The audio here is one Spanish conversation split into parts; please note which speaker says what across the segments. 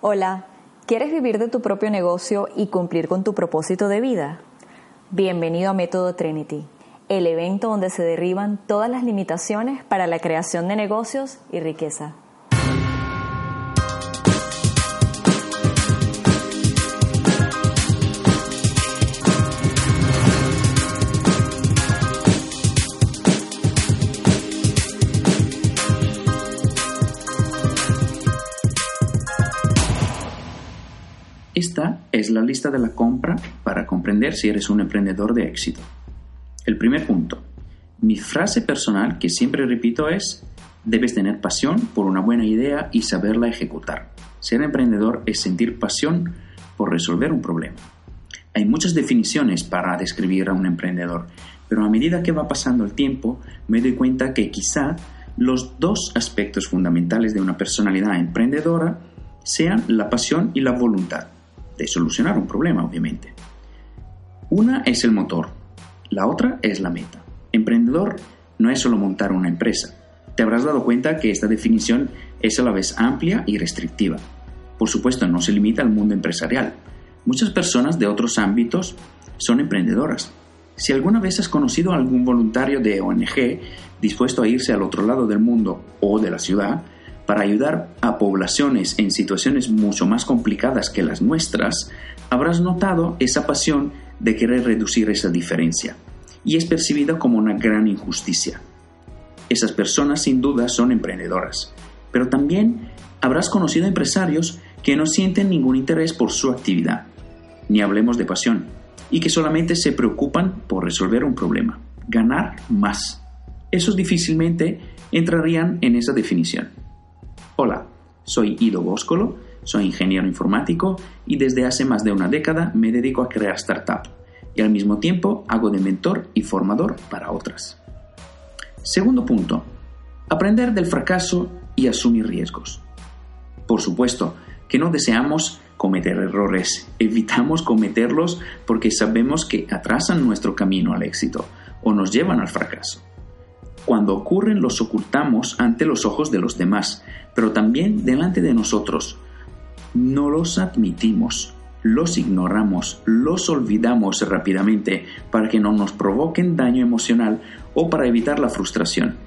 Speaker 1: Hola, ¿quieres vivir de tu propio negocio y cumplir con tu propósito de vida? Bienvenido a Método Trinity, el evento donde se derriban todas las limitaciones para la creación de negocios y riqueza.
Speaker 2: Esta es la lista de la compra para comprender si eres un emprendedor de éxito. El primer punto. Mi frase personal que siempre repito es: debes tener pasión por una buena idea y saberla ejecutar. Ser emprendedor es sentir pasión por resolver un problema. Hay muchas definiciones para describir a un emprendedor, pero a medida que va pasando el tiempo me doy cuenta que quizá los dos aspectos fundamentales de una personalidad emprendedora sean la pasión y la voluntad de solucionar un problema, obviamente. Una es el motor, la otra es la meta. Emprendedor no es solo montar una empresa. Te habrás dado cuenta que esta definición es a la vez amplia y restrictiva. Por supuesto, no se limita al mundo empresarial. Muchas personas de otros ámbitos son emprendedoras. Si alguna vez has conocido a algún voluntario de ONG dispuesto a irse al otro lado del mundo o de la ciudad para ayudar a poblaciones en situaciones mucho más complicadas que las nuestras, habrás notado esa pasión de querer reducir esa diferencia, y es percibida como una gran injusticia. Esas personas sin duda son emprendedoras, pero también habrás conocido empresarios que no sienten ningún interés por su actividad, ni hablemos de pasión, y que solamente se preocupan por resolver un problema, ganar más. Esos difícilmente entrarían en esa definición. Hola, soy Ido Boscolo, soy ingeniero informático y desde hace más de una década me dedico a crear startups y al mismo tiempo hago de mentor y formador para otras. Segundo punto, aprender del fracaso y asumir riesgos. Por supuesto que no deseamos cometer errores, evitamos cometerlos porque sabemos que atrasan nuestro camino al éxito o nos llevan al fracaso. Cuando ocurren los ocultamos ante los ojos de los demás, pero también delante de nosotros. No los admitimos, los ignoramos, los olvidamos rápidamente para que no nos provoquen daño emocional o para evitar la frustración.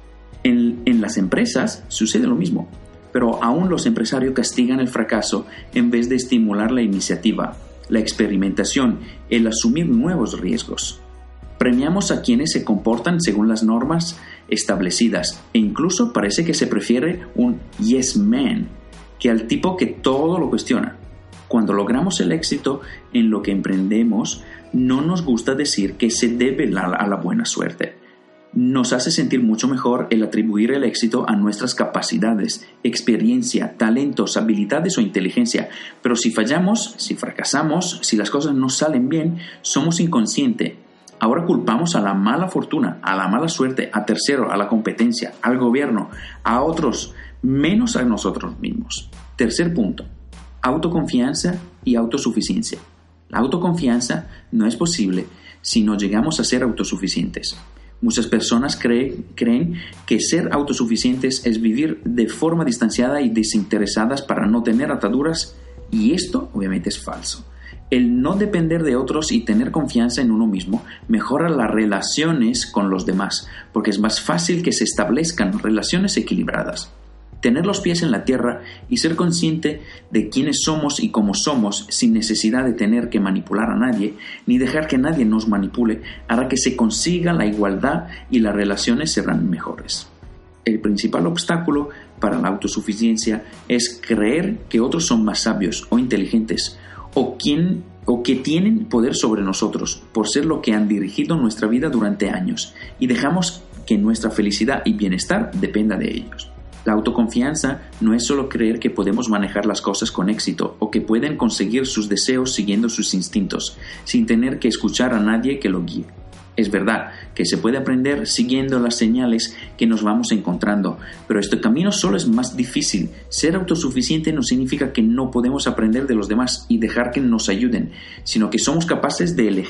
Speaker 2: En las empresas sucede lo mismo, pero aún los empresarios castigan el fracaso en vez de estimular la iniciativa, la experimentación, el asumir nuevos riesgos. Premiamos a quienes se comportan según las normas establecidas e incluso parece que se prefiere un yes man que al tipo que todo lo cuestiona. Cuando logramos el éxito en lo que emprendemos, no nos gusta decir que se debe a la buena suerte. Nos hace sentir mucho mejor el atribuir el éxito a nuestras capacidades, experiencia, talentos, habilidades o inteligencia. Pero si fallamos, si fracasamos, si las cosas no salen bien, somos inconscientes. Ahora culpamos a la mala fortuna, a la mala suerte, a terceros, a la competencia, al gobierno, a otros, menos a nosotros mismos. Tercer punto, autoconfianza y autosuficiencia. La autoconfianza no es posible si no llegamos a ser autosuficientes. Muchas personas creen que ser autosuficientes es vivir de forma distanciada y desinteresadas para no tener ataduras, y esto obviamente es falso. El no depender de otros y tener confianza en uno mismo mejora las relaciones con los demás, porque es más fácil que se establezcan relaciones equilibradas. Tener los pies en la tierra y ser consciente de quiénes somos y cómo somos sin necesidad de tener que manipular a nadie, ni dejar que nadie nos manipule, hará que se consiga la igualdad y las relaciones serán mejores. El principal obstáculo para la autosuficiencia es creer que otros son más sabios o inteligentes, o que tienen poder sobre nosotros por ser lo que han dirigido nuestra vida durante años y dejamos que nuestra felicidad y bienestar dependa de ellos. La autoconfianza no es solo creer que podemos manejar las cosas con éxito o que pueden conseguir sus deseos siguiendo sus instintos sin tener que escuchar a nadie que lo guíe. Es verdad que se puede aprender siguiendo las señales que nos vamos encontrando, pero este camino solo es más difícil. Ser autosuficiente no significa que no podemos aprender de los demás y dejar que nos ayuden, sino que somos capaces de elegir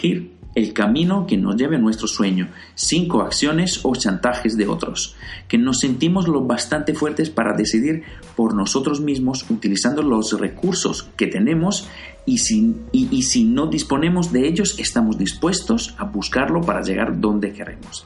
Speaker 2: el camino que nos lleve a nuestro sueño, sin coacciones o chantajes de otros, que nos sentimos lo bastante fuertes para decidir por nosotros mismos utilizando los recursos que tenemos y si no disponemos de ellos, estamos dispuestos a buscarlo para llegar donde queremos.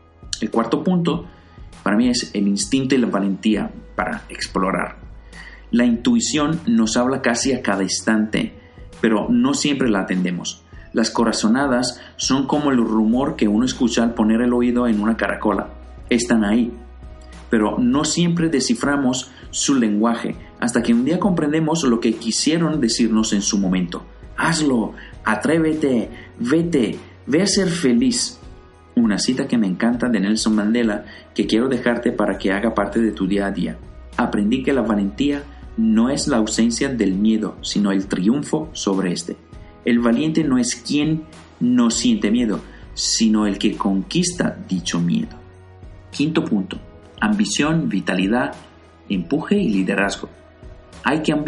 Speaker 2: El cuarto punto para mí es el instinto y la valentía para explorar. La intuición nos habla casi a cada instante, pero no siempre la atendemos. Las corazonadas son como el rumor que uno escucha al poner el oído en una caracola. Están ahí, pero no siempre desciframos su lenguaje hasta que un día comprendemos lo que quisieron decirnos en su momento. Hazlo, atrévete, vete, ve a ser feliz. Una cita que me encanta de Nelson Mandela que quiero dejarte para que haga parte de tu día a día. Aprendí que la valentía no es la ausencia del miedo, sino el triunfo sobre este. El valiente no es quien no siente miedo, sino el que conquista dicho miedo. Quinto punto: ambición, vitalidad, empuje y liderazgo. Hay que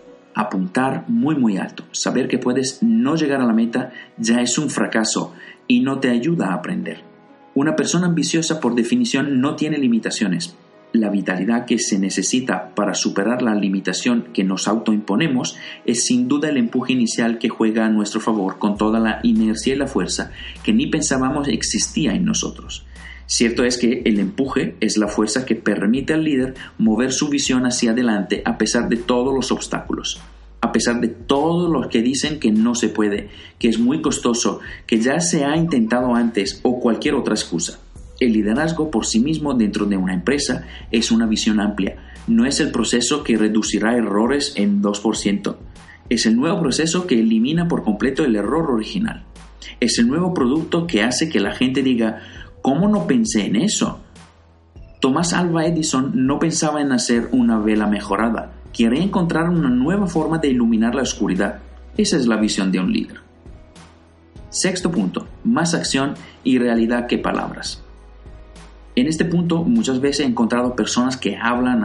Speaker 2: apuntar muy alto. Saber que puedes no llegar a la meta ya es un fracaso y no te ayuda a aprender. Una persona ambiciosa por definición no tiene limitaciones. La vitalidad que se necesita para superar la limitación que nos autoimponemos es sin duda el empuje inicial que juega a nuestro favor con toda la inercia y la fuerza que ni pensábamos existía en nosotros. Cierto es que el empuje es la fuerza que permite al líder mover su visión hacia adelante a pesar de todos los obstáculos, a pesar de todo lo que dicen que no se puede, que es muy costoso, que ya se ha intentado antes o cualquier otra excusa. El liderazgo por sí mismo dentro de una empresa es una visión amplia. No es el proceso que reducirá errores en 2%. Es el nuevo proceso que elimina por completo el error original. Es el nuevo producto que hace que la gente diga: ¿cómo no pensé en eso? Thomas Alva Edison no pensaba en hacer una vela mejorada. Quería encontrar una nueva forma de iluminar la oscuridad. Esa es la visión de un líder. Sexto punto: más acción y realidad que palabras. En este punto muchas veces he encontrado personas que hablan,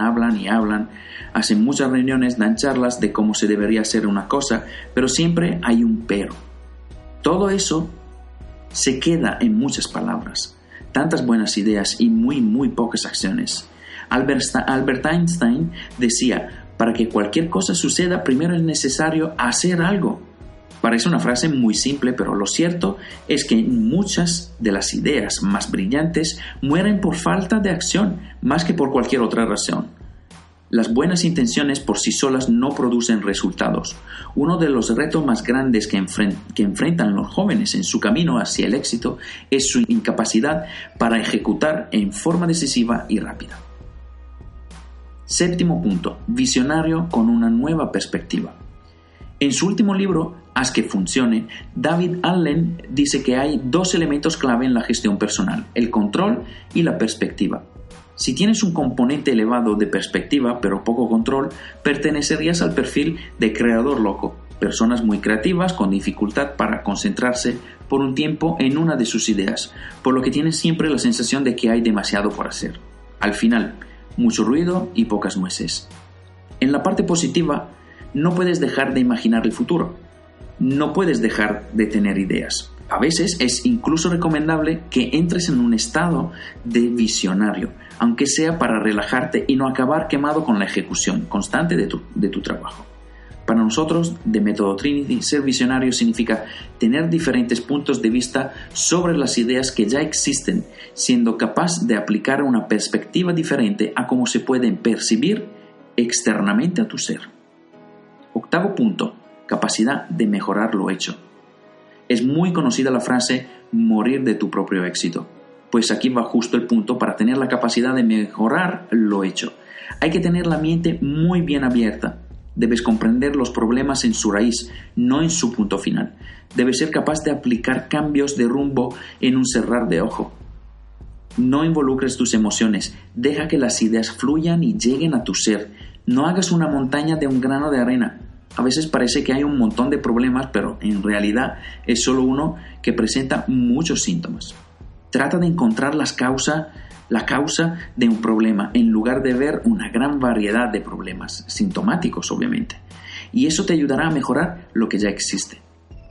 Speaker 2: hacen muchas reuniones, dan charlas de cómo se debería hacer una cosa, pero siempre hay un pero. Todo eso se queda en muchas palabras, tantas buenas ideas y muy pocas acciones. Albert Einstein decía: para que cualquier cosa suceda, primero es necesario hacer algo. Parece una frase muy simple, pero lo cierto es que muchas de las ideas más brillantes mueren por falta de acción, más que por cualquier otra razón. Las buenas intenciones por sí solas no producen resultados. Uno de los retos más grandes que enfrentan los jóvenes en su camino hacia el éxito es su incapacidad para ejecutar en forma decisiva y rápida. Séptimo punto: visionario con una nueva perspectiva. En su último libro, Haz que funcione, David Allen dice que hay dos elementos clave en la gestión personal: el control y la perspectiva. Si tienes un componente elevado de perspectiva pero poco control, pertenecerías al perfil de creador loco, personas muy creativas con dificultad para concentrarse por un tiempo en una de sus ideas, por lo que tienes siempre la sensación de que hay demasiado por hacer. Al final, mucho ruido y pocas nueces. En la parte positiva, no puedes dejar de imaginar el futuro. No puedes dejar de tener ideas. A veces es incluso recomendable que entres en un estado de visionario, aunque sea para relajarte y no acabar quemado con la ejecución constante de tu trabajo. Para nosotros, de Método Trinity, ser visionario significa tener diferentes puntos de vista sobre las ideas que ya existen, siendo capaz de aplicar una perspectiva diferente a cómo se pueden percibir externamente a tu ser. Octavo punto: capacidad de mejorar lo hecho. Es muy conocida la frase morir de tu propio éxito, pues aquí va justo el punto para tener la capacidad de mejorar lo hecho. Hay que tener la mente muy bien abierta. Debes comprender los problemas en su raíz, no en su punto final. Debes ser capaz de aplicar cambios de rumbo en un cerrar de ojo. No involucres tus emociones, deja que las ideas fluyan y lleguen a tu ser. No hagas una montaña de un grano de arena. A veces parece que hay un montón de problemas, pero en realidad es solo uno que presenta muchos síntomas. Trata de encontrar la causa de un problema en lugar de ver una gran variedad de problemas, sintomáticos obviamente. Y eso te ayudará a mejorar lo que ya existe.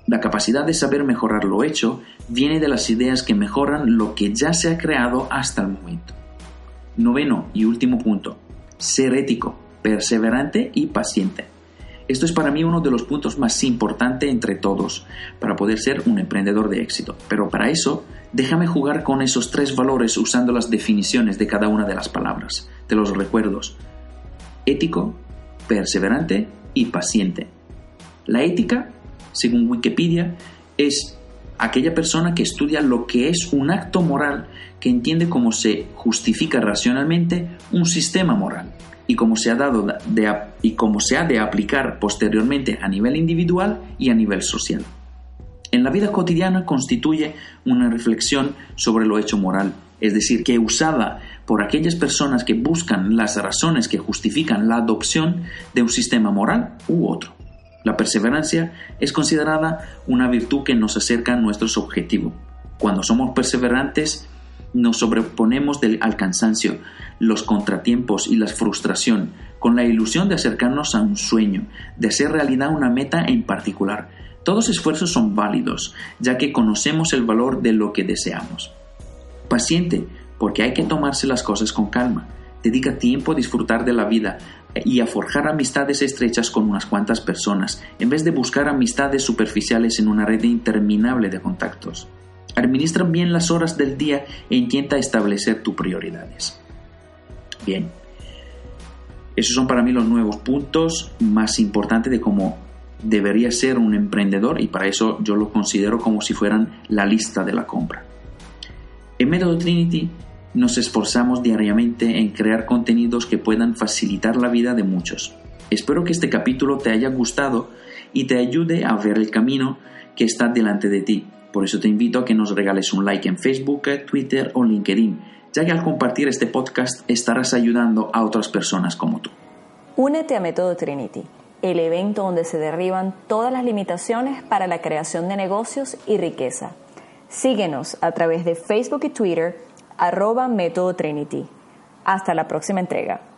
Speaker 2: La capacidad de saber mejorar lo hecho viene de las ideas que mejoran lo que ya se ha creado hasta el momento. 9º y último punto, ser ético, perseverante y paciente. Esto es para mí uno de los puntos más importantes entre todos para poder ser un emprendedor de éxito. Pero para eso, déjame jugar con esos 3 valores usando las definiciones de cada una de las palabras. Te los recuerdo: ético, perseverante y paciente. La ética, según Wikipedia, es aquella persona que estudia lo que es un acto moral, que entiende cómo se justifica racionalmente un sistema moral y cómo se ha de aplicar posteriormente a nivel individual y a nivel social. En la vida cotidiana constituye una reflexión sobre lo hecho moral, es decir, que usada por aquellas personas que buscan las razones que justifican la adopción de un sistema moral u otro. La perseverancia es considerada una virtud que nos acerca a nuestros objetivos. Cuando somos perseverantes, nos sobreponemos al cansancio, los contratiempos y la frustración, con la ilusión de acercarnos a un sueño, de hacer realidad una meta en particular. Todos esfuerzos son válidos, ya que conocemos el valor de lo que deseamos. Paciente, porque hay que tomarse las cosas con calma. Dedica tiempo a disfrutar de la vida y a forjar amistades estrechas con unas cuantas personas, en vez de buscar amistades superficiales en una red interminable de contactos. Administra bien las horas del día e intenta establecer tus prioridades. Bien, esos son para mí los nuevos puntos más importantes de cómo debería ser un emprendedor, y para eso yo lo considero como si fueran la lista de la compra. En Método Trinity nos esforzamos diariamente en crear contenidos que puedan facilitar la vida de muchos. Espero que este capítulo te haya gustado y te ayude a ver el camino que está delante de ti. Por eso te invito a que nos regales un like en Facebook, Twitter o LinkedIn, ya que al compartir este podcast estarás ayudando a otras personas como tú.
Speaker 1: Únete a Método Trinity, el evento donde se derriban todas las limitaciones para la creación de negocios y riqueza. Síguenos a través de Facebook y Twitter, @Método Trinity. Hasta la próxima entrega.